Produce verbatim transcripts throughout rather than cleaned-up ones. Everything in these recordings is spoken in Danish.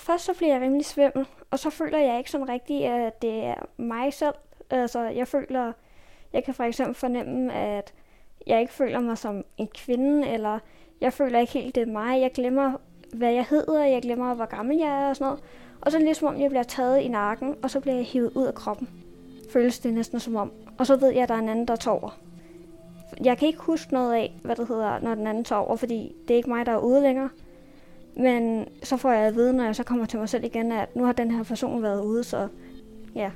først så bliver jeg rimelig svimmel, og så føler jeg ikke sådan rigtigt, at det er mig selv. Altså, jeg føler, jeg kan for eksempel fornemme, at jeg ikke føler mig som en kvinde, eller jeg føler ikke helt, det er mig. Jeg glemmer, hvad jeg hedder, jeg glemmer, hvor gammel jeg er og sådan noget. Og så er det ligesom om, jeg bliver taget i nakken, og så bliver jeg hivet ud af kroppen. Føles det næsten som om. Og så ved jeg, at der er en anden, der tager over. Jeg kan ikke huske noget af, hvad det hedder, når den anden tager over, fordi det er ikke mig, der er ude længere. Men så får jeg at vide, når jeg så kommer til mig selv igen, at nu har den her person været ude, så ja.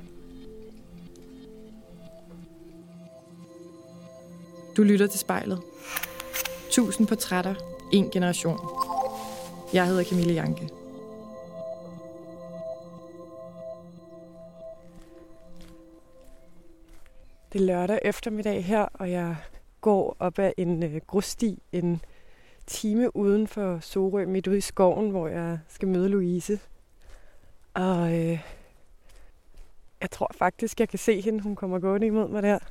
Du lytter til Spejlet. Tusind portrætter, en generation. Jeg hedder Camille Janke. Det er lørdag eftermiddag her, og jeg går op ad en øh, grussti en time uden for Sorø, midt ude i skoven, hvor jeg skal møde Louise. Og øh, jeg tror faktisk, jeg kan se hende. Hun kommer gående imod mig der.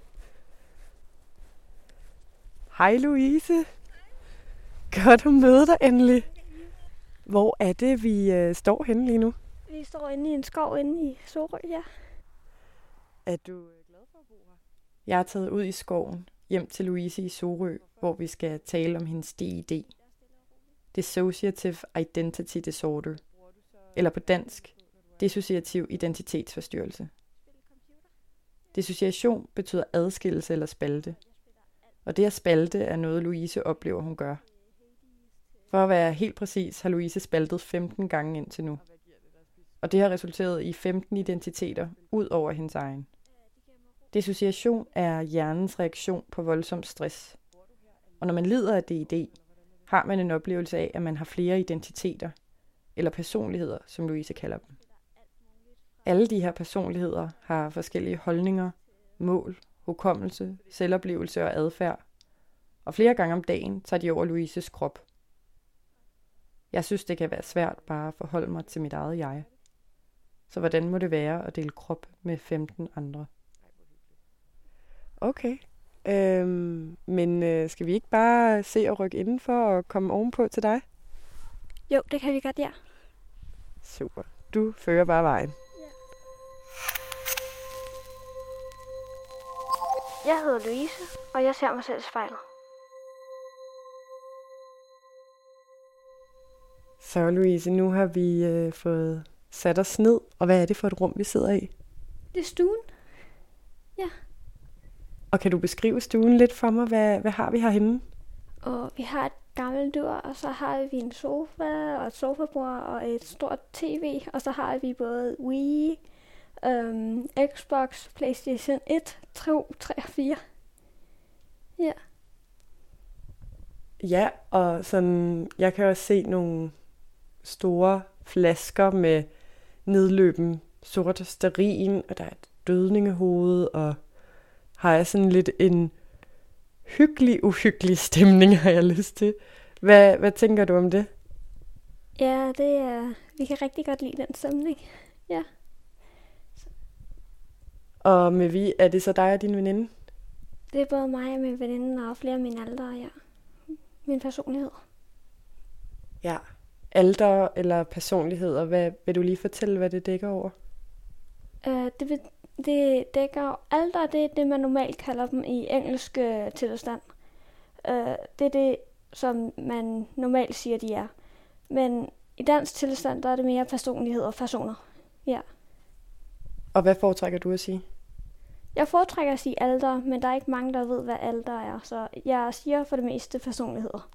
Hej Louise. Godt at møde dig endelig. Hvor er det, vi øh, står henne lige nu? Vi står inde i en skov inde i Sorø, ja. Er du glad for at bo her? Jeg er taget ud i skoven, hjem til Louise i Sorø, hvor vi skal tale om hendes D I D. Dissociative Identity Disorder. Eller på dansk, dissociativ identitetsforstyrrelse. Dissociation betyder adskillelse eller spalte. Og det at spalte er noget, Louise oplever, hun gør. For at være helt præcis, har Louise spaltet femten gange indtil nu. Og det har resulteret i femten identiteter ud over hendes egen. Dissociation er hjernens reaktion på voldsom stress. Og når man lider af D I D, har man en oplevelse af, at man har flere identiteter, eller personligheder, som Louise kalder dem. Alle de her personligheder har forskellige holdninger, mål, hukommelse, selvoplevelse og adfærd. Og flere gange om dagen tager de over Louises krop. Jeg synes, det kan være svært bare at forholde mig til mit eget jeg. Så hvordan må det være at dele krop med femten andre? Okay. Øhm, men øh, skal vi ikke bare se og rykke indenfor og komme ovenpå til dig? Jo, det kan vi godt, ja. Super. Du fører bare vejen. Jeg hedder Louise, og jeg ser mig selv i spejlet. Så Louise, nu har vi øh, fået sat os ned. Og hvad er det for et rum, vi sidder i? Det er stuen. Ja. Og kan du beskrive stuen lidt for mig? Hvad, hvad har vi herhenne? Og vi har et gammelt dur, og så har vi en sofa og et sofabord og et stort tv. Og så har vi både Wii, øhm, Xbox, PlayStation et, to, tre og fire. Ja. Ja, og sådan, jeg kan også se nogle store flasker med nedløben sort stearin, og der er et dødningehoved, og har jeg sådan lidt en hyggelig, uhyggelig stemning, har jeg lyst til. Hvad, hvad tænker du om det? Ja, det er, vi kan rigtig godt lide den stemning. Ja. Og med vi, er det så dig og din veninde? Det er både mig og min veninde og flere af mine aldre, ja. Min personlighed. Ja, alder eller personligheder. Hvad, vil du lige fortælle, hvad det dækker over? Uh, det, det dækker alder, det er det, man normalt kalder dem i engelsk uh, tilstand. Uh, det er det, som man normalt siger, de er. Men i dansk tilstand, der er det mere personlighed og personer. Ja. Og hvad foretrækker du at sige? Jeg foretrækker at sige alder, men der er ikke mange, der ved, hvad alder er. Så jeg siger for det meste personligheder.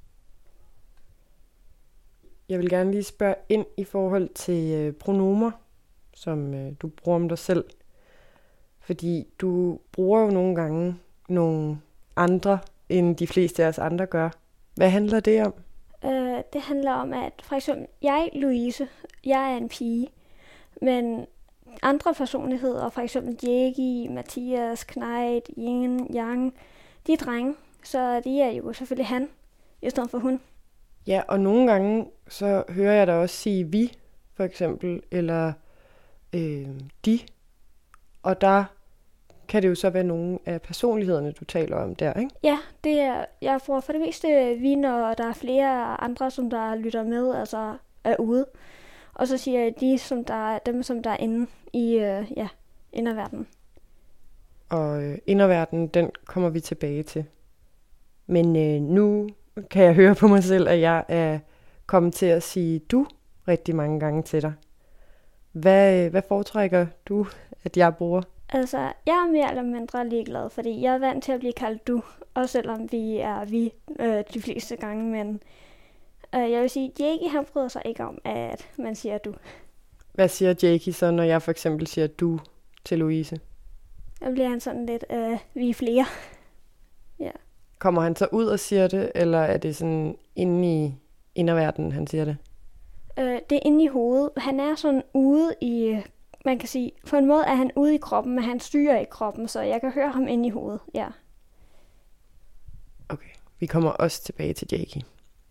Jeg vil gerne lige spørge ind i forhold til øh, pronomer, som øh, du bruger om dig selv. Fordi du bruger jo nogle gange nogle andre, end de fleste af os andre gør. Hvad handler det om? Øh, det handler om, at for eksempel, jeg, Louise, jeg er en pige, men andre personligheder, for eksempel Jackie, Mathias, Knight, Yin, Yang, de er drenge, så de er jo selvfølgelig han, i stedet for hun. Ja, og nogle gange, så hører jeg dig også sige vi, for eksempel, eller øh, de. Og der kan det jo så være nogle af personlighederne, du taler om der, ikke? Ja, det er, jeg får for det meste vi, når der er flere andre, som der lytter med, altså er ude. Og så siger jeg de, som der er, dem, som der er inde i øh, ja, inderverdenen. Og øh, inderverdenen, den kommer vi tilbage til. Men øh, nu kan jeg høre på mig selv, at jeg er kommet til at sige du rigtig mange gange til dig. Hvad, hvad foretrækker du, at jeg bruger? Altså, jeg er mere eller mindre ligeglad, fordi jeg er vant til at blive kaldt du, også selvom vi er vi øh, de fleste gange, men øh, jeg vil sige, Jakey han bryder sig ikke om, at man siger du. Hvad siger Jakey så, når jeg for eksempel siger du til Louise? Så bliver han sådan lidt, øh, vi er flere. Ja. Kommer han så ud og siger det, eller er det sådan inde i inderverdenen, han siger det? Øh, det er inde i hovedet. Han er sådan ude i, man kan sige, på en måde er han ude i kroppen, men han styrer i kroppen, så jeg kan høre ham inde i hovedet, ja. Okay, vi kommer også tilbage til Jakey.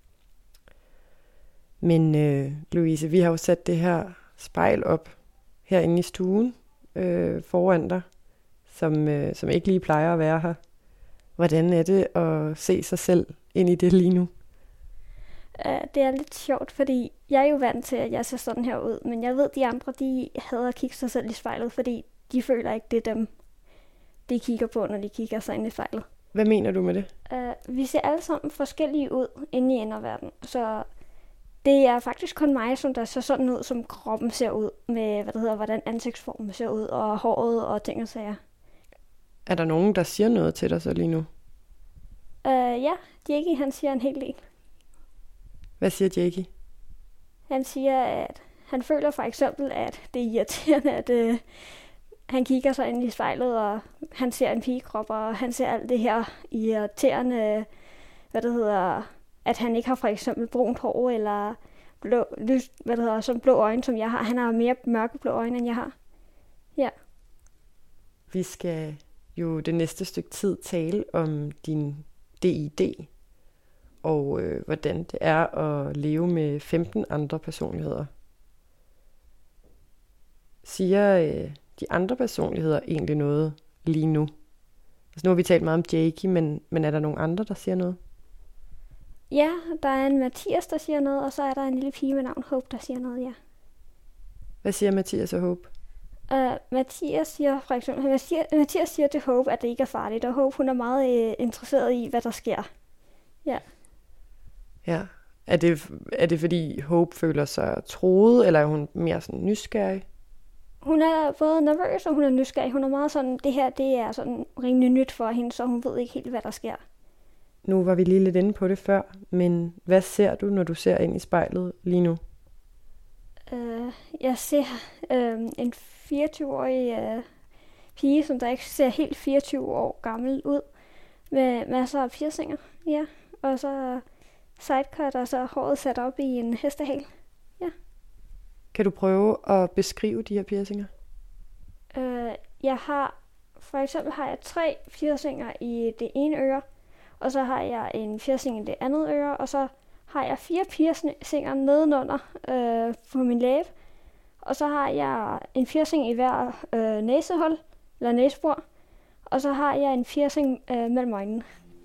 Men øh, Louise, vi har jo sat det her spejl op herinde i stuen øh, foran dig, som, øh, som ikke lige plejer at være her. Hvordan er det at se sig selv ind i det lige nu? Uh, det er lidt sjovt, fordi jeg er jo vant til, at jeg ser sådan her ud, men jeg ved, at de andre, de hader at kigge sig selv i spejlet, fordi de føler ikke, det er dem, de kigger på, når de kigger sig ind i spejlet. Hvad mener du med det? Uh, vi ser alle sammen forskellige ud inde i inderverdenen, så det er faktisk kun mig, som der ser sådan ud, som kroppen ser ud, med hvad det hedder, hvordan ansigtsformen ser ud, og håret og ting og sager. Er der nogen, der siger noget til dig så lige nu? Uh, ja, Jakey, han siger en hel del. Hvad siger Jakey? Han siger, at han føler for eksempel, at det er irriterende, at øh, han kigger sig ind i spejlet, og han ser en pigekrop, og han ser alt det her irriterende, hvad det hedder, at han ikke har for eksempel brunt hår, eller blå, lys, hvad det hedder, som blå øjne, som jeg har. Han har mere mørkeblå øjne, end jeg har. Ja. Vi skal jo det næste stykke tid tale om din D I D, og øh, hvordan det er at leve med femten andre personligheder. Siger øh, de andre personligheder egentlig noget lige nu? Altså nu har vi talt meget om Jakey, men, men er der nogen andre, der siger noget? Ja, der er en Mathias, der siger noget, og så er der en lille pige med navn Hope, der siger noget, ja. Hvad siger Mathias og Hope? Uh, Mathias siger for eksempel, Mathias siger til Hope, at det ikke er farligt, og Hope hun er meget uh, interesseret i, hvad der sker. Ja. Ja. Er det, er det fordi Hope føler sig troet, eller er hun mere sådan nysgerrig? Hun er både nervøs, og hun er nysgerrig. Hun er meget sådan, det her det er sådan rimelig nyt for hende, så hun ved ikke helt, hvad der sker. Nu var vi lige lidt inde på det før, men hvad ser du, når du ser ind i spejlet lige nu? Uh, jeg ser uh, en fireogtyve-årig uh, pige, som der ikke ser helt fireogtyve år gammel ud, med masser af piercinger, ja, og så sidecut, og så håret sat op i en hestehale, ja. Kan du prøve at beskrive de her piercinger? Uh, jeg har, for eksempel har jeg tre piercinger i det ene øre, og så har jeg en piercing i det andet øre, og så har jeg fire piercinger nedenunder øh, på min læbe, og så har jeg en piercing i hver øh, næsehul, eller næsebor, og så har jeg en piercing øh, mellem øjnene.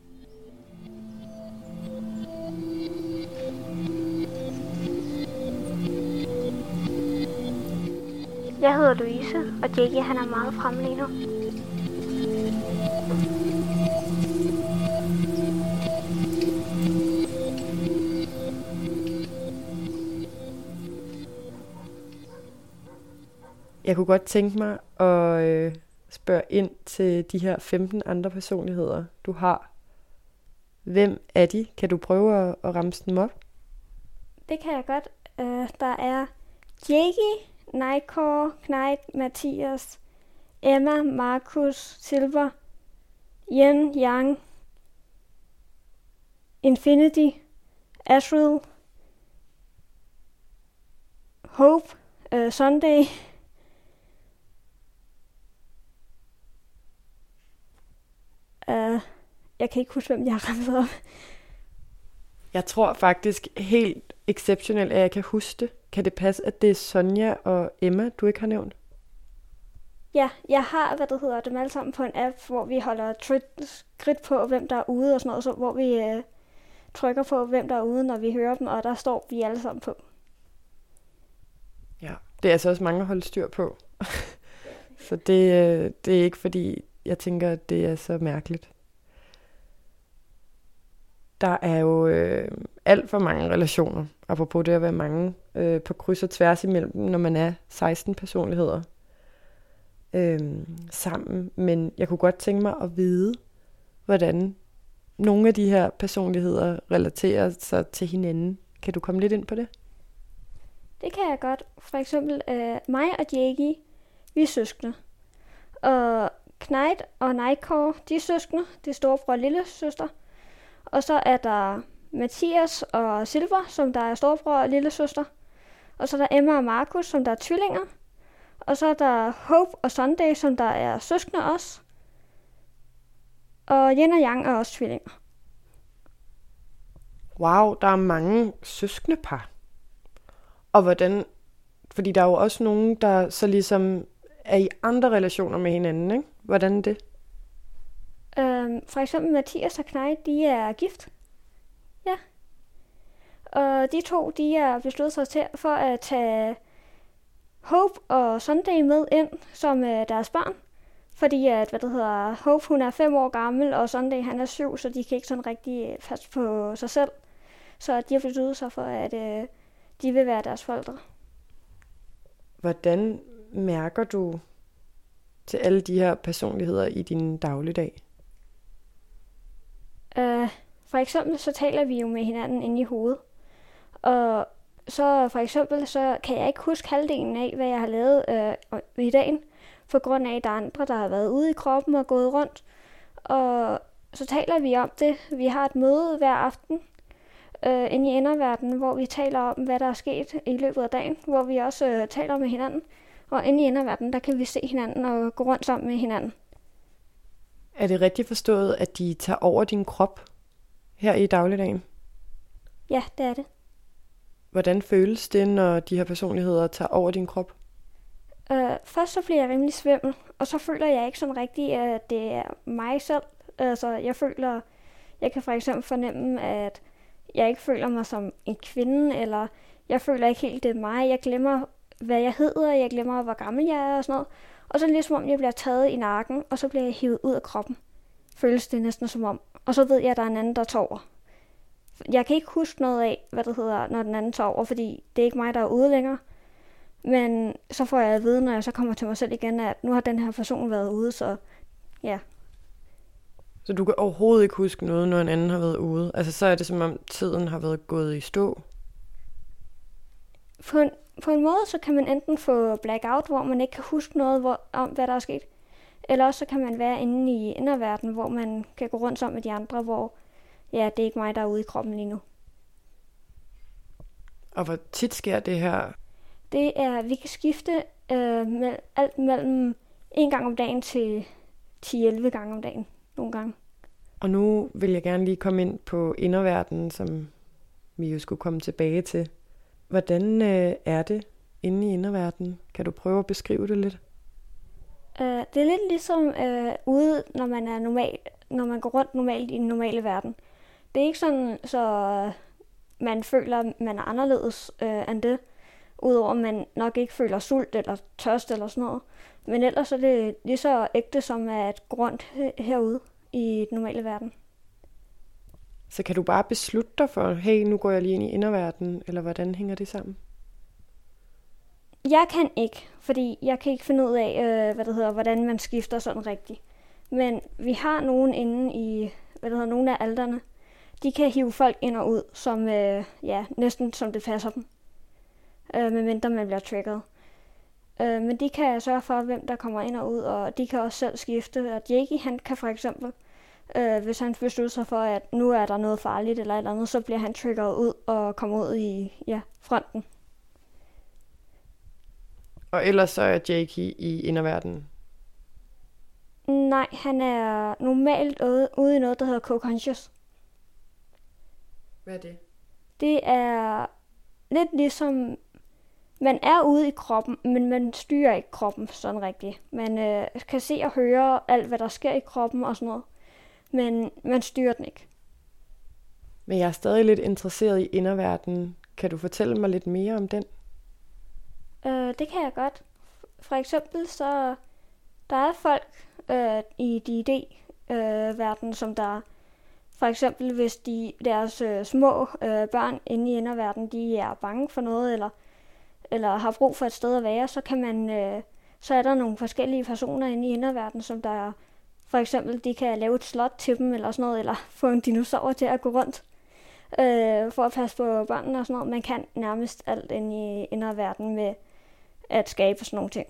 Jeg hedder Louise, og Jakey han er meget fremme lige nu. Jeg kunne godt tænke mig at øh, spørge ind til de her femten andre personligheder, du har. Hvem er de? Kan du prøve at, at ramse dem op? Det kan jeg godt. Uh, der er Jakey, Nightcore, Knight, Mathias, Emma, Markus, Silver, Yin, Yang, Infinity, Asriel, Hope, uh, Sunday, Uh, jeg kan ikke huske, hvem jeg har rammet op. Jeg tror faktisk helt exceptionelt, at jeg kan huske det. Kan det passe, at det er Sonja og Emma, du ikke har nævnt? Ja, jeg har, hvad det hedder, dem alle sammen på en app, hvor vi holder skridt på, hvem der er ude og sådan noget, så hvor vi uh, trykker på, hvem der er ude, når vi hører dem, og der står vi alle sammen på. Ja, det er altså også mange at holde styr på. Så det, det er ikke fordi, jeg tænker, at det er så mærkeligt. Der er jo øh, alt for mange relationer, apropos det at være mange, øh, på kryds og tværs imellem, når man er seksten personligheder øh, sammen. Men jeg kunne godt tænke mig at vide, hvordan nogle af de her personligheder relaterer sig til hinanden. Kan du komme lidt ind på det? Det kan jeg godt. For eksempel øh, mig og Jackie, vi er søskende. Og Knight og Nightcore, de er søskende. Det er storebror og lille søster. Og så er der Mathias og Silver, som der er storebror og lille søster. Og så er der Emma og Markus, som der er tvillinger. Og så er der Hope og Sunday, som der er søskende også. Og Yin og Yang er også tvillinger. Wow, der er mange søskende par. Og hvordan, fordi der er jo også nogen, der så ligesom er i andre relationer med hinanden, ikke? Hvordan er det? Øhm, for eksempel Mathias og Knight, de er gift. Ja. Og de to, de er besluttet sig til for at tage Hope og Sunday med ind som øh, deres barn. Fordi at, hvad det hedder, Hope hun er fem år gammel, og Sunday han er syv, så de kan ikke sådan rigtig passe på sig selv. Så de har besluttet sig for, at øh, de vil være deres forældre. Hvordan mærker du til alle de her personligheder i din dagligdag? Uh, for eksempel så taler vi jo med hinanden inde i hovedet. Og så for eksempel så kan jeg ikke huske halvdelen af, hvad jeg har lavet uh, i dagen. På grund af, at der er andre, der har været ude i kroppen og gået rundt. Og så taler vi om det. Vi har et møde hver aften uh, inde i inderverdenen, hvor vi taler om, hvad der er sket i løbet af dagen. Hvor vi også uh, taler med hinanden. Og inde i inderverdenen, der kan vi se hinanden og gå rundt sammen med hinanden. Er det rigtigt forstået, at de tager over din krop her i dagligdagen? Ja, det er det. Hvordan føles det, når de her personligheder tager over din krop? Uh, først så bliver jeg rimelig svimmel, og så føler jeg ikke sådan rigtigt, at det er mig selv. Altså, jeg føler, jeg kan for eksempel fornemme, at jeg ikke føler mig som en kvinde, eller jeg føler ikke helt, det er mig. Jeg glemmer, hvad jeg hedder, jeg glemmer, hvor gammel jeg er og sådan noget. Og så er det ligesom om, jeg bliver taget i nakken, og så bliver jeg hivet ud af kroppen. Føles det næsten som om. Og så ved jeg, at der er en anden, der tager over. Jeg kan ikke huske noget af, hvad det hedder, når den anden tager over, fordi det er ikke mig, der er ude længere. Men så får jeg at vide, når jeg så kommer til mig selv igen, at nu har den her person været ude, så ja. Så du kan overhovedet ikke huske noget, når en anden har været ude? Altså så er det som om tiden har været gået i stå? På en, på en måde, så kan man enten få blackout, hvor man ikke kan huske noget hvor, om, hvad der er sket. Eller også så kan man være inde i inderverden, hvor man kan gå rundt sammen med de andre, hvor ja, det er ikke mig, der er ude i kroppen lige nu. Og hvor tit sker det her? Det er, vi kan skifte øh, med, alt mellem en gang om dagen til ti til elleve gange om dagen, nogle gange. Og nu vil jeg gerne lige komme ind på inderverdenen, som vi jo skulle komme tilbage til. Hvordan øh, er det inde i inderverdenen? Kan du prøve at beskrive det lidt? Uh, det er lidt ligesom uh, ude, når man er normal, når man går rundt normalt i den normale verden. Det er ikke sådan, så man føler, at man er anderledes uh, end det, udover at man nok ikke føler sult eller tørst eller sådan noget. Men ellers er det lige så ægte som at gå rundt herude i den normale verden. Så kan du bare beslutte dig for, hey, nu går jeg lige ind i inderverdenen, eller hvordan hænger det sammen? Jeg kan ikke, fordi jeg kan ikke finde ud af, øh, hvad det hedder, hvordan man skifter sådan rigtigt. Men vi har nogen inde i, hvad det hedder, nogle af alderne. De kan hive folk ind og ud, som øh, ja, næsten som det passer dem. Øh, medmindre man bliver triggeret. Øh, men de kan sørge for, hvem der kommer ind og ud, og de kan også selv skifte. Og Jackie, han kan for eksempel, øh, hvis han beslutter sig for, at nu er der noget farligt eller et eller andet, så bliver han triggeret ud og kommer ud i ja, fronten. Og ellers så er Jackie i inderverdenen? Nej, han er normalt ude, ude i noget, der hedder co-conscious. Hvad er det? Det er lidt ligesom, man er ude i kroppen, men man styrer ikke kroppen sådan rigtigt. Man øh, kan se og høre alt, hvad der sker i kroppen og sådan noget, men man styrer den ikke. Men jeg er stadig lidt interesseret i inderverdenen. Kan du fortælle mig lidt mere om den? Øh, det kan jeg godt. For eksempel så, der er folk øh, i D og D-verden, øh, som der, for eksempel hvis de, deres øh, små øh, børn inde i inderverden, de er bange for noget, eller, eller har brug for et sted at være, så kan man, øh, så er der nogle forskellige personer inde i inderverden, som der, for eksempel, de kan lave et slot til dem, eller sådan noget, eller få en dinosaur til at gå rundt, øh, for at passe på børnene og sådan noget. Man kan nærmest alt inde i inderverden med at skabe sådan nogle ting.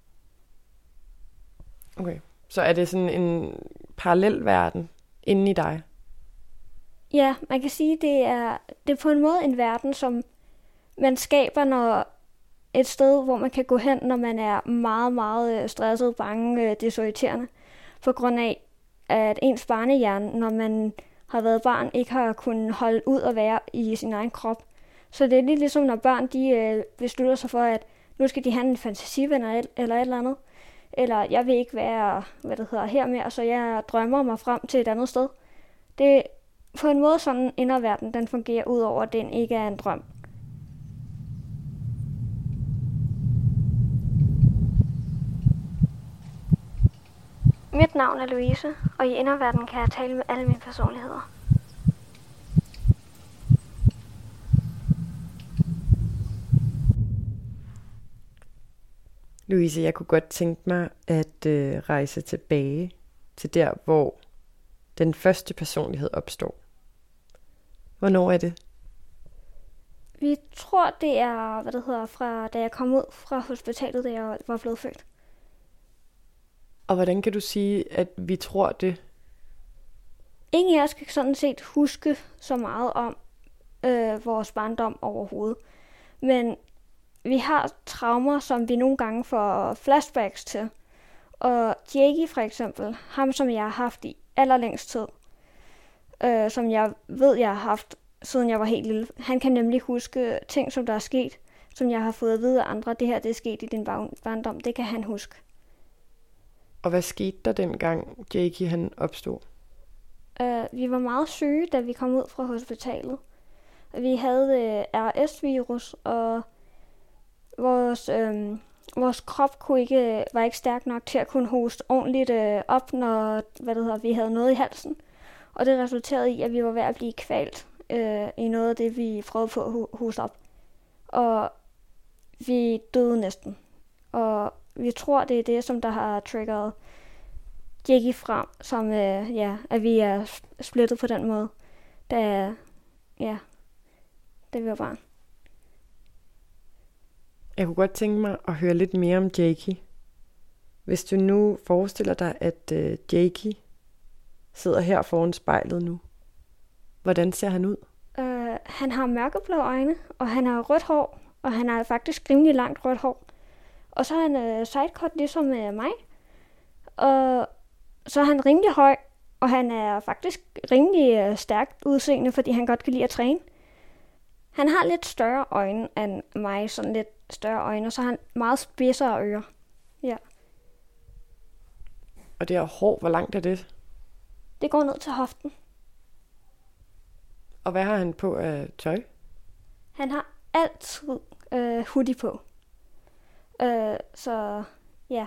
Okay, så er det sådan en parallel verden inde i dig? Ja, man kan sige, det er det er på en måde en verden, som man skaber, når et sted, hvor man kan gå hen, når man er meget, meget stresset, bange, desorienterende, på grund af, at ens barnehjerne, når man har været barn, ikke har kunnet holde ud og være i sin egen krop. Så det er lidt ligesom, når børn de øh, beslutter sig for, at nu skal de have en fantasiven eller et eller andet. Eller jeg vil ikke være, hvad det hedder, her mere, så jeg drømmer mig frem til et andet sted. Det er på en måde sådan, inderverden den fungerer, ud over at den ikke er en drøm. Mit navn er Louise, og i inderverden kan jeg tale med alle mine personligheder. Louise, jeg kunne godt tænke mig at øh, rejse tilbage til der, hvor den første personlighed opstår. Hvornår er det? Vi tror, det er, hvad det hedder, fra da jeg kom ud fra hospitalet, da jeg var blevet født. Og hvordan kan du sige, at vi tror det? Ingen af os kan sådan set huske så meget om øh, vores barndom overhovedet. Men vi har traumer, som vi nogle gange får flashbacks til. Og Jakey for eksempel, ham som jeg har haft i allerlængst tid, øh, som jeg ved, jeg har haft siden jeg var helt lille. Han kan nemlig huske ting, som der er sket, som jeg har fået at vide af andre. Det her, det er sket i din barndom. Det kan han huske. Og hvad skete der dengang Jakey han opstod? Uh, vi var meget syge, da vi kom ud fra hospitalet. Vi havde uh, R S-virus, og vores, uh, vores krop kunne ikke, var ikke stærk nok til at kunne hoste ordentligt uh, op, når hvad det hedder, vi havde noget i halsen. Og det resulterede i, at vi var ved at blive kvalt uh, i noget af det, vi prøvede på at hoste op. Og vi døde næsten. Og vi tror, det er det, som der har triggeret Jakey frem, som øh, ja, at vi er splittet på den måde, da, ja, da vi var barn. Jeg kunne godt tænke mig at høre lidt mere om Jakey. Hvis du nu forestiller dig, at øh, Jakey sidder her foran spejlet nu, hvordan ser han ud? Uh, han har mørkeblå øjne, og han har rødt hår, og han har faktisk rimelig langt rødt hår. Og så er han øh, sidecut ligesom øh, mig. Og så er han rimelig høj, og han er faktisk rimelig øh, stærkt udseende, fordi han godt kan lide at træne. Han har lidt større øjne end mig, sådan lidt større øjne, og så har han meget spidsere ører. Ja. Og det her hår, hvor langt er det? Det går ned til hoften. Og hvad har han på af tøj? Han har altid øh, hoodie på. Øh, så ja.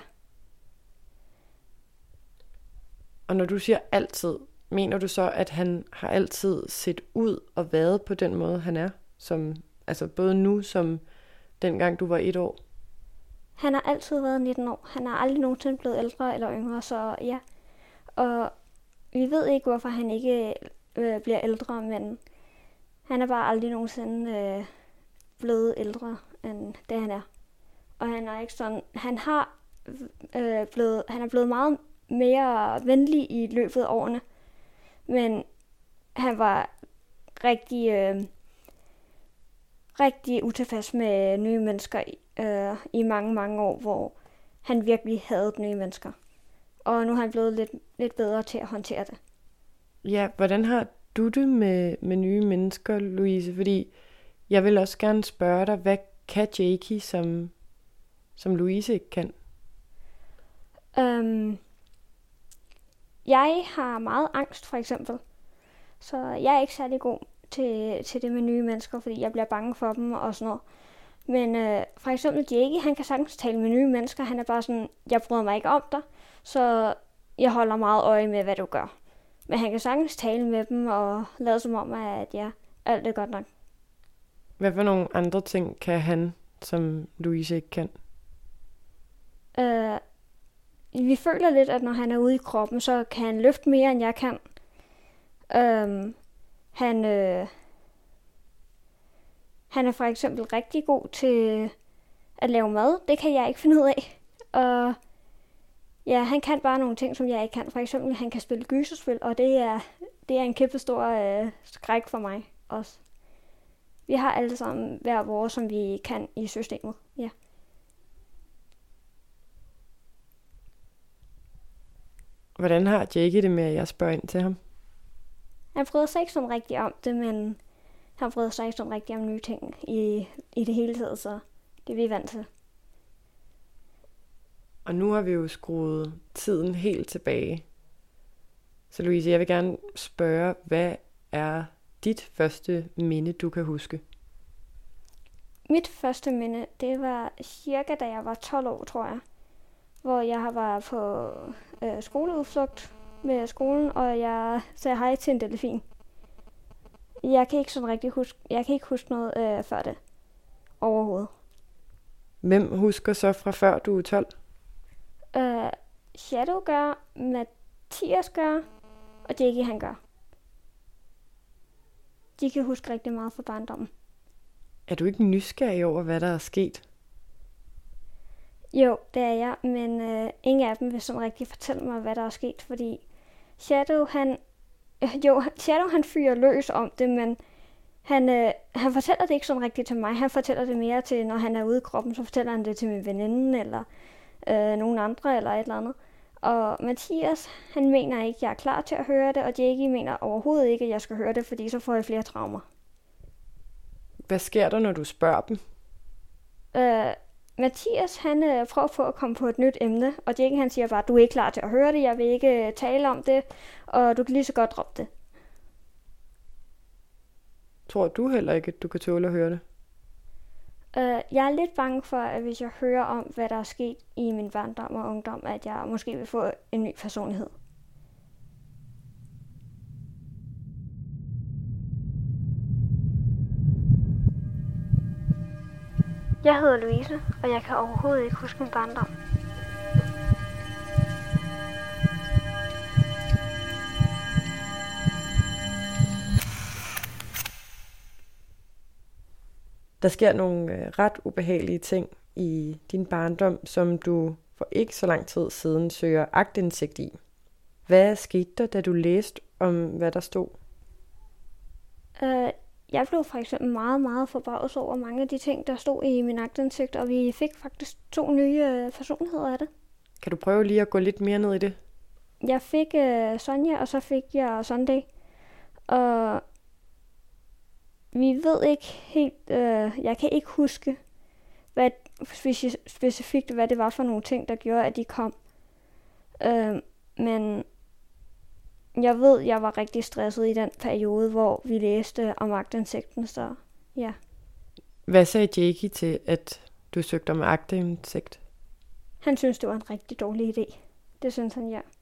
Og når du siger altid, mener du så, at han har altid set ud og været på den måde, han er? Som, altså både nu, som dengang du var et år? Han har altid været nitten år. Han er aldrig nogensinde blevet ældre eller yngre, så ja. Og vi ved ikke, hvorfor han ikke øh, bliver ældre, men han er bare aldrig nogensinde øh, blevet ældre, end det han er. Og han er ikke sådan, han har øh, blevet, han er blevet meget mere venlig i løbet af årene, men han var rigtig, øh, rigtig utilfreds med nye mennesker øh, i mange, mange år, hvor han virkelig havde nye mennesker. Og nu er han blevet lidt, lidt bedre til at håndtere det. Ja, hvordan har du det med, med nye mennesker, Louise? Fordi jeg vil også gerne spørge dig, hvad kan Jakey, som, som Louise ikke kan? Um, jeg har meget angst, for eksempel. Så jeg er ikke særlig god til, til det med nye mennesker, fordi jeg bliver bange for dem og sådan noget. Men øh, for eksempel Jake, han kan sagtens tale med nye mennesker. Han er bare sådan, jeg bryder mig ikke om dig, så jeg holder meget øje med, hvad du gør. Men han kan sagtens tale med dem og lade som om, at ja, alt er godt nok. Hvad for nogle andre ting kan han, som Louise ikke kan? Øh, vi føler lidt, at når han er ude i kroppen, så kan han løfte mere, end jeg kan. Øh, han, øh, han er for eksempel rigtig god til at lave mad. Det kan jeg ikke finde ud af. Og ja, han kan bare nogle ting, som jeg ikke kan. For eksempel, han kan spille gyserspil, og det er, det er en kæmpe stor øh, skræk for mig også. Vi har alle sammen hver vores, som vi kan i systemet. Ja. Hvordan har Jake det med, at jeg spørger ind til ham? Han bryder sig ikke sådan rigtig om det, men han bryder sig ikke sådan rigtig om nye ting i, i det hele taget, så det er vi vant til. Og nu har vi jo skruet tiden helt tilbage. Så Louise, jeg vil gerne spørge, hvad er dit første minde, du kan huske? Mit første minde, det var cirka da jeg var tolv år, tror jeg. Hvor jeg var på øh, skoleudflugt med skolen, og jeg sagde hej til en delfin. Jeg kan ikke sådan rigtig huske, jeg kan ikke huske noget øh, før det overhovedet. Hvem husker så fra før du er tolv? Øh, Shadow gør, Mathias gør, og Jake han gør. De kan huske rigtig meget fra barndommen. Er du ikke nysgerrig over, hvad der er sket? Jo, det er jeg, men øh, ingen af dem vil sådan rigtig fortælle mig, hvad der er sket, fordi Shadow, han, øh, jo, Shadow, han fyrer løs om det, men han, øh, han fortæller det ikke sådan rigtigt til mig. Han fortæller det mere til, når han er ude i kroppen, så fortæller han det til min veninde, eller øh, nogen andre, eller et eller andet. Og Mathias, han mener ikke, at jeg er klar til at høre det, og Jake mener overhovedet ikke, at jeg skal høre det, fordi så får jeg flere traumer. Hvad sker der, når du spørger dem? Øh, Mathias, han øh, prøver på at komme på et nyt emne, og Jake, han siger bare, at du er ikke klar til at høre det, jeg vil ikke øh, tale om det, og du kan lige så godt droppe det. Tror du heller ikke, at du kan tåle at høre det? Øh, jeg er lidt bange for, at hvis jeg hører om, hvad der er sket i min barndom og ungdom, at jeg måske vil få en ny personlighed. Jeg hedder Louise, og jeg kan overhovedet ikke huske min barndom. Der sker nogle øh, ret ubehagelige ting i din barndom, som du for ikke så lang tid siden søger aktindsigt i. Hvad skete der, da du læste om, hvad der stod? Øh, jeg blev for eksempel meget, meget forbavset over mange af de ting, der stod i min aktindsigt, og vi fik faktisk to nye øh, personligheder af det. Kan du prøve lige at gå lidt mere ned i det? Jeg fik øh, Sonja, og så fik jeg Sunday. Og vi ved ikke helt, øh, jeg kan ikke huske hvad, specifikt, hvad det var for nogle ting, der gjorde, at de kom. Øh, men jeg ved, jeg var rigtig stresset i den periode, hvor vi læste om aktindsigten, så ja. Hvad sagde Jake til, at du søgte om aktindsigt? Han synes, det var en rigtig dårlig idé. Det synes han, ja.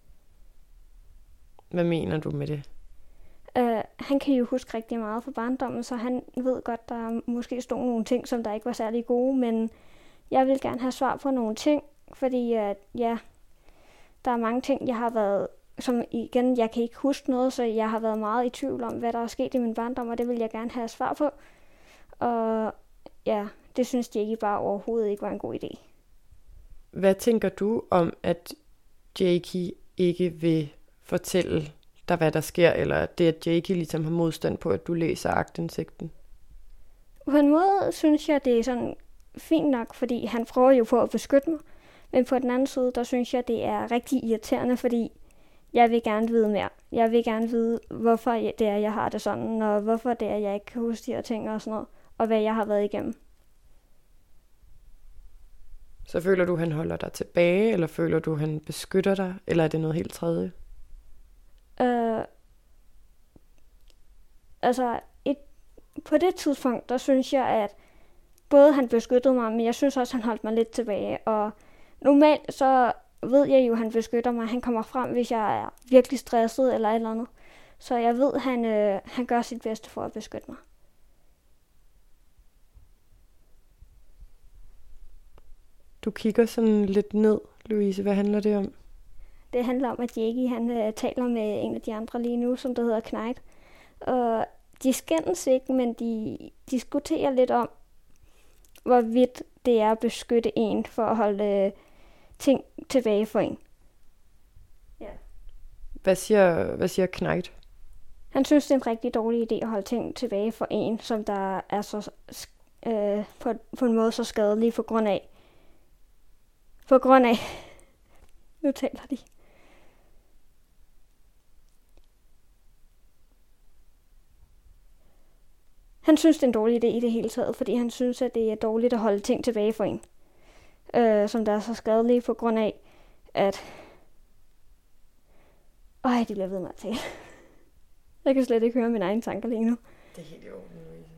Hvad mener du med det? Uh, han kan jo huske rigtig meget fra barndommen, så han ved godt, der måske stod nogle ting, som der ikke var særlig gode, men jeg vil gerne have svar på nogle ting, fordi uh, ja, der er mange ting, jeg har været, som igen, jeg kan ikke huske noget, så jeg har været meget i tvivl om, hvad der er sket i min barndom, og det vil jeg gerne have svar på. Og ja, det synes Jake bare overhovedet ikke var en god idé. Hvad tænker du om, at Jake ikke vil fortælle dig, hvad der sker, eller det, at Jake ligesom har modstand på, at du læser aktindsigten? På en måde synes jeg, det er sådan fint nok, fordi han prøver jo på at beskytte mig. Men på den anden side, der synes jeg, det er rigtig irriterende, fordi jeg vil gerne vide mere. Jeg vil gerne vide, hvorfor det er, jeg har det sådan, og hvorfor det er, jeg ikke kan huske de her ting og sådan noget, og hvad jeg har været igennem. Så føler du, han holder dig tilbage, eller føler du, han beskytter dig, eller er det noget helt tredje? Øh, altså, et, på det tidspunkt, der synes jeg, at både han beskyttede mig, men jeg synes også, han holdt mig lidt tilbage. Og normalt så ved jeg jo, at han beskytter mig. Han kommer frem, hvis jeg er virkelig stresset eller et eller andet. Så jeg ved, at han, øh, han gør sit bedste for at beskytte mig. Du kigger sådan lidt ned, Louise. Hvad handler det om? Det handler om, at Jackie han, øh, taler med en af de andre lige nu, som der hedder Knight. Og de skændes ikke, men de diskuterer lidt om, hvorvidt det er at beskytte en for at holde øh, ting tilbage for en. Ja. Hvad siger, hvad siger Knight? Han synes, det er en rigtig dårlig idé at holde ting tilbage for en, som der er så øh, på, på en måde så skadelig på grund af. På grund af. Nu taler de. Han synes, det er en dårlig idé i det hele taget, fordi han synes, at det er dårligt at holde ting tilbage for en. Øh, som der er så skadelige på grund af, at... Øj, de bliver ved med at tale. Jeg kan slet ikke høre mine egne tanker lige nu. Det er helt i orden, Louise.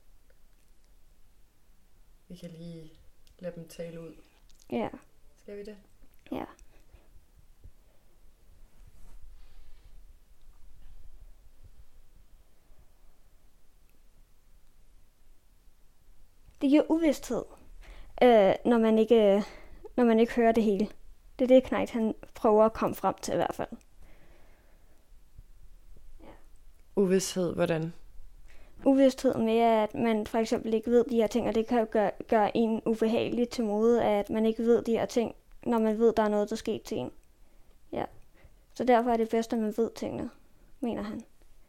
Vi kan lige lade dem tale ud. Ja. Skal vi det? Ja. Det giver uvidsthed, øh, når, man ikke, når man ikke hører det hele. Det er det, Knight han prøver at komme frem til i hvert fald. Ja. Uvidsthed, hvordan? Uvidsthed med, at man for eksempel ikke ved de her ting, og det kan jo gøre, gøre en ubehagelig til mode, at man ikke ved de her ting, når man ved, der er noget, der sker til en. Ja. Så derfor er det bedst, at man ved tingene, mener han.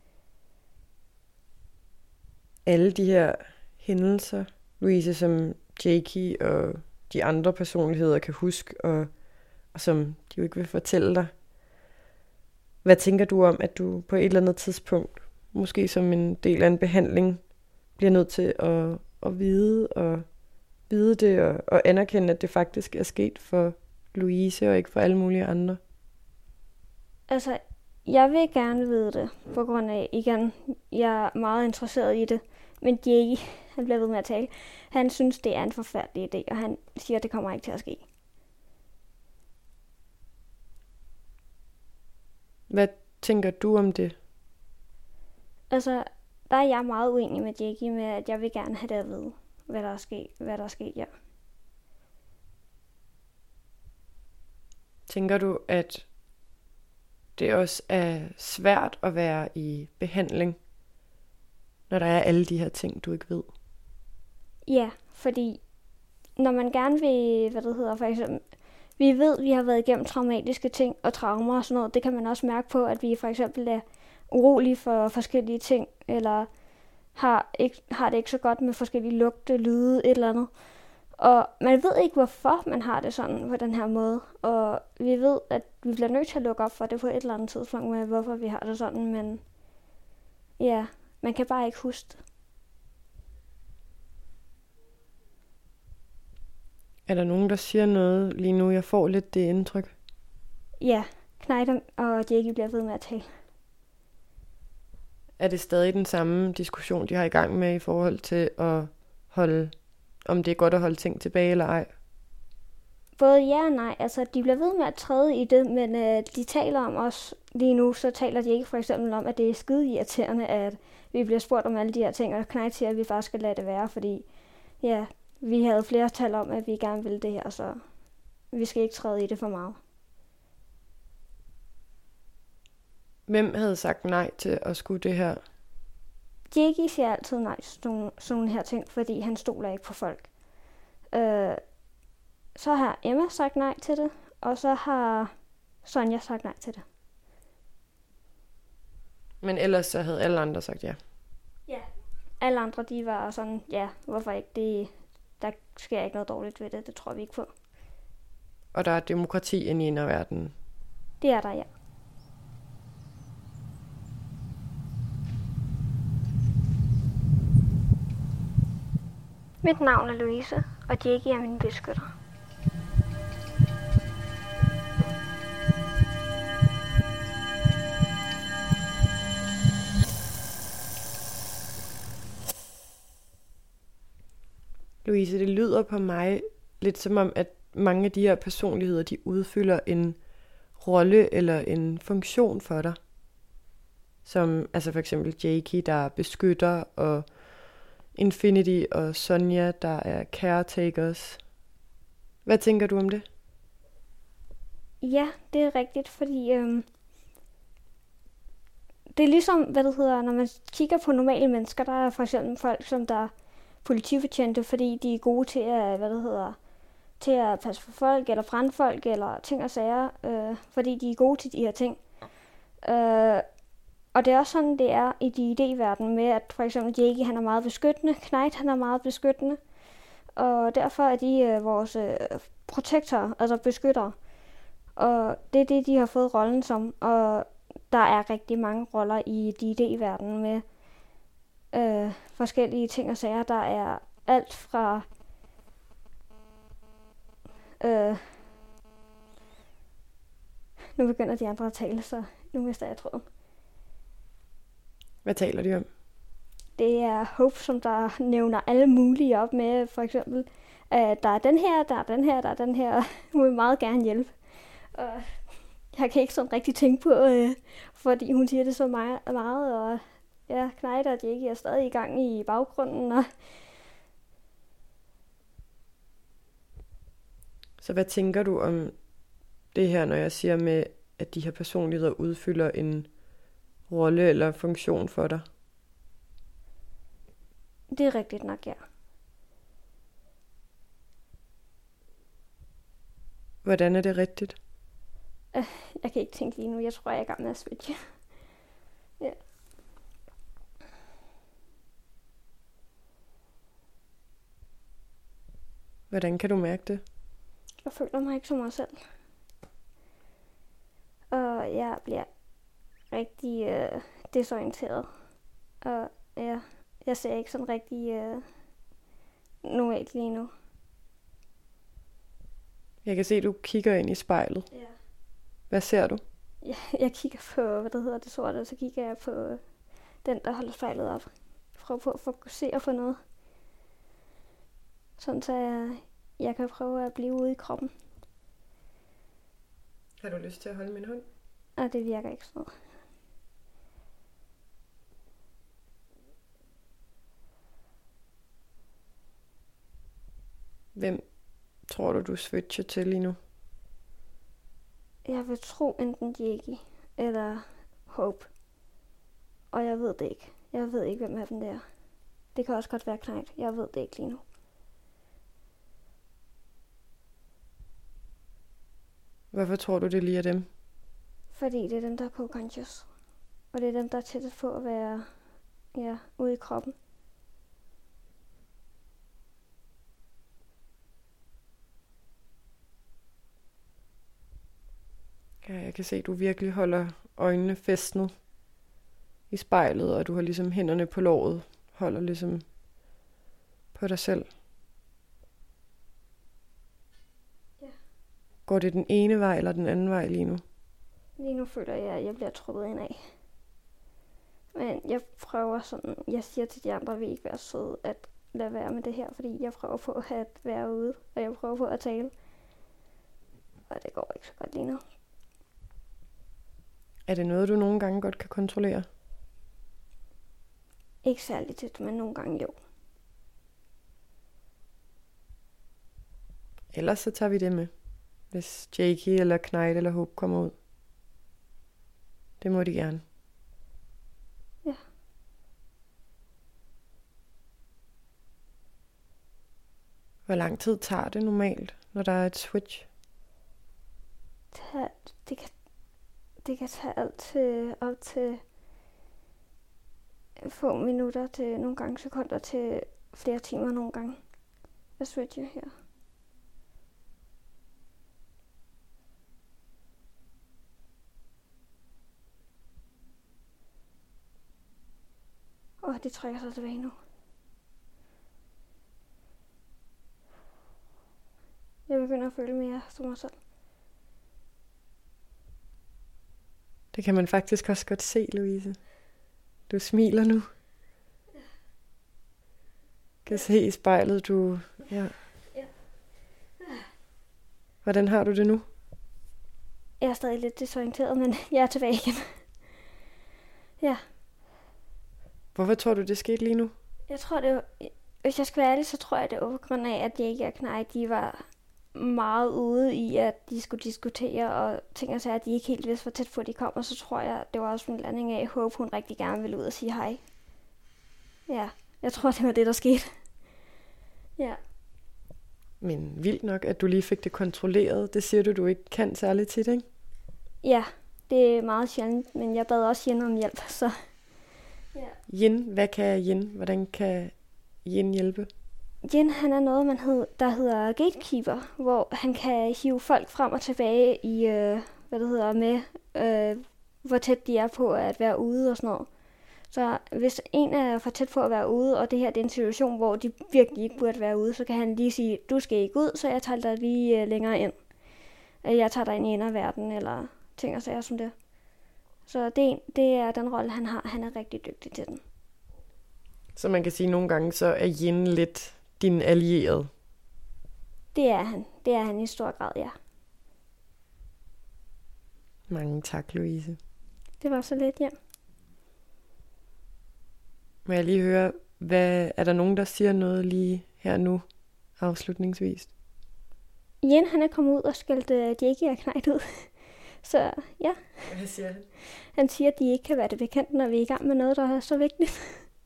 Alle de her hændelser, Louise, som Jackie og de andre personligheder kan huske, og, og som de jo ikke vil fortælle dig. Hvad tænker du om, at du på et eller andet tidspunkt, måske som en del af en behandling, bliver nødt til at, at vide, og vide det og, og anerkende, at det faktisk er sket for Louise og ikke for alle mulige andre? Altså, jeg vil gerne vide det, på grund af, igen, jeg er meget interesseret i det. Men Jackie, han bliver ved med at tale, han synes, det er en forfærdelig idé, og han siger, at det kommer ikke til at ske. Hvad tænker du om det? Altså, der er jeg meget uenig med Jackie med, at jeg vil gerne have det at vide, hvad der er sket, hvad der er sket, ja. Tænker du, at det også er svært at være i behandling, når der er alle de her ting, du ikke ved? Ja, fordi når man gerne vil, hvad det hedder, for eksempel, vi ved, at vi har været igennem traumatiske ting og traumer og sådan noget, det kan man også mærke på, at vi for eksempel er urolige for forskellige ting, eller har, ikke, har det ikke så godt med forskellige lugte, lyde, et eller andet. Og man ved ikke, hvorfor man har det sådan på den her måde. Og vi ved, at vi bliver nødt til at lukke op for det på et eller andet tidspunkt med, hvorfor vi har det sådan. Men ja, man kan bare ikke huske det. Er der nogen, der siger noget lige nu? Jeg får lidt det indtryk. Ja, Knight og Jackie bliver ved med at tale. Er det stadig den samme diskussion, de har i gang med i forhold til at holde, om det er godt at holde ting tilbage eller ej? Både ja og nej. Altså, de bliver ved med at træde i det, men øh, de taler om os lige nu, så taler de ikke for eksempel om, at det er skide irriterende, at vi bliver spurgt om alle de her ting, og Knight siger, at vi bare skal lade det være, fordi ja, vi havde flere tal om, at vi gerne ville det her, så vi skal ikke træde i det for meget. Hvem havde sagt nej til at skulle det her? Jackie siger altid nej til sådan, sådan her ting, fordi han stoler ikke på folk. Øh, så har Emma sagt nej til det, og så har Sonja sagt nej til det. Men ellers så havde alle andre sagt ja? Ja. Alle andre, de var sådan, ja, hvorfor ikke? Det, der sker ikke noget dårligt ved det, det tror vi ikke på. Og der er demokrati inde i inderverdenen? Det er der, ja. Mit navn er Louise, og Jackie er min beskytter. Louise, det lyder på mig lidt som om, at mange af de her personligheder, de udfylder en rolle eller en funktion for dig. Som altså for eksempel Jakey, der er beskytter, og Infinity og Sonja, der er caretakers. Hvad tænker du om det? Ja, det er rigtigt, fordi øhm, det er ligesom, hvad det hedder, når man kigger på normale mennesker, der er for eksempel folk, som der er politibetjente, fordi de er gode til at, hvad det hedder, til at passe på folk, eller brandfolk, eller ting og sager, øh, fordi de er gode til de her ting. Øh, og det er også sådan, det er i de idéverdenen med, at for eksempel Jakey, han er meget beskyttende, Knight, han er meget beskyttende, og derfor er de øh, vores øh, protektorer, altså beskyttere. Og det er det, de har fået rollen som, og der er rigtig mange roller i de idéverdenen med øh, forskellige ting og sager. Der er alt fra øh, nu begynder de andre at tale, så nu mister jeg tråden. Hvad taler de om? Det er Hope, som der nævner alle mulige op med, for eksempel, at der er den her, der er den her, der er den her. Hun vil meget gerne hjælpe. Og jeg kan ikke sådan rigtig tænke på, øh, fordi hun siger det så meget, meget og ja, Knight og Jakey er stadig i gang i baggrunden. Og Så hvad tænker du om det her, når jeg siger med, at de her personligheder udfylder en rolle eller funktion for dig? det er rigtigt nok, ja. Hvordan er det rigtigt? Jeg kan ikke tænke lige nu. Jeg tror, jeg er i gang med at switche. Ja. Hvordan kan du mærke det? Jeg føler mig ikke som mig selv. Og jeg bliver rigtig øh, desorienteret. Og ja, jeg ser ikke sådan rigtig øh, normalt lige nu. Jeg kan se, at du kigger ind i spejlet. Ja. Hvad ser du? Jeg, jeg kigger på, hvad det hedder, det sorte, og så kigger jeg på den, der holder spejlet op. Prøver på at fokusere på noget. Sådan så jeg, jeg kan prøve at blive ude i kroppen. Har du lyst til at holde min hånd? Og det virker ikke sådan noget. Hvem tror du, du switcher til lige nu? Jeg vil tro enten Jakey eller Hope. Og jeg ved det ikke. Jeg ved ikke, hvem af dem det er. Det kan også godt være Knight. Jeg ved det ikke lige nu. Hvorfor tror du, det lige er dem? Fordi det er dem, der er co-conscious. Og det er dem, der er tættest på at være ja, ude i kroppen. Ja, jeg kan se, at du virkelig holder øjnene fæstnet i spejlet, og du har ligesom hænderne på låret, holder ligesom på dig selv. Ja. Går det den ene vej eller den anden vej lige nu? Lige nu føler jeg, at jeg bliver trukket ind af. Men jeg prøver sådan, jeg siger til de andre, at vi ikke være søde at lade være med det her, fordi jeg prøver på at være ude, og jeg prøver på at tale. Og det går ikke så godt lige nu. Er det noget, du nogle gange godt kan kontrollere? Ikke særligt tit, men nogle gange jo. Ellers så tager vi det med, hvis Jakey eller Knight eller Hope kommer ud. Det må de gerne. Ja. Hvor lang tid tager det normalt, når der er et switch? Det, det, kan, det kan tage alt til, op til få minutter til nogle gange sekunder til flere timer nogle gange. Jeg switcher her. Og det trækker sig tilbage nu. Jeg begynder at føle mere som mig selv. Det kan man faktisk også godt se, Louise. Du smiler nu. kan se i spejlet, du... Ja. Ja. Hvordan har du det nu? Jeg er stadig lidt desorienteret, men jeg er tilbage igen. Ja. Hvorfor tror du, det skete lige nu? Jeg tror, det var, hvis jeg skal være ærlig, så tror jeg, det var på grund af, at Jake og Knaj, de var meget ude i, at de skulle diskutere, og ting og sager, at de ikke helt vidste, hvor tæt på de kom, og så tror jeg, det var også en landing af, at Hope, hun rigtig gerne ville ud og sige hej. Ja, jeg tror, det var det, der skete. Ja. Men vildt nok, at du lige fik det kontrolleret. Det siger du, du ikke kan særligt tit, ikke? Ja, det er meget sjældent, men jeg bad også Jen om hjælp, så... Ja. Jen, hvad kan Jen? Hvordan kan Jen hjælpe? Jen, han er noget, man hed, der hedder gatekeeper, hvor han kan hive folk frem og tilbage i, øh, hvad det hedder, med, øh, hvor tæt de er på at være ude og sådan noget. Så hvis en er for tæt på at være ude, og det her det er en situation, hvor de virkelig ikke burde være ude, så kan han lige sige, du skal ikke ud, så jeg tager dig lige øh, længere ind. Jeg tager dig ind i inderverden, eller ting og sager som det. Så det, det er den rolle, han har. Han er rigtig dygtig til den. Så man kan sige, at nogle gange så er Jen lidt din allierede. Det er han. Det er han i stor grad, ja. Mange tak, Louise. Det var så lidt, ja. Må jeg lige høre, hvad, er der nogen, der siger noget lige her nu, afslutningsvis? Jen, han er kommet ud og skældt uh, Jake og Knejt ud. Så ja. Hvad siger han? Han siger, at de ikke kan være det bekendt, når vi er i gang med noget, der er så vigtigt.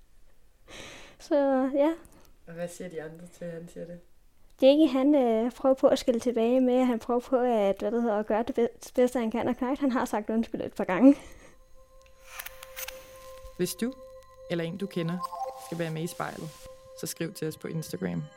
Så ja. Og hvad siger de andre til, at han siger det? Jake, han øh, prøver på at skille tilbage med, at han prøver på at, hvad det hedder, at gøre det bedste, han kan. Og Knejt, han har sagt undskyld et par gange. Hvis du eller en, du kender, skal være med i spejlet, så skriv til os på Instagram.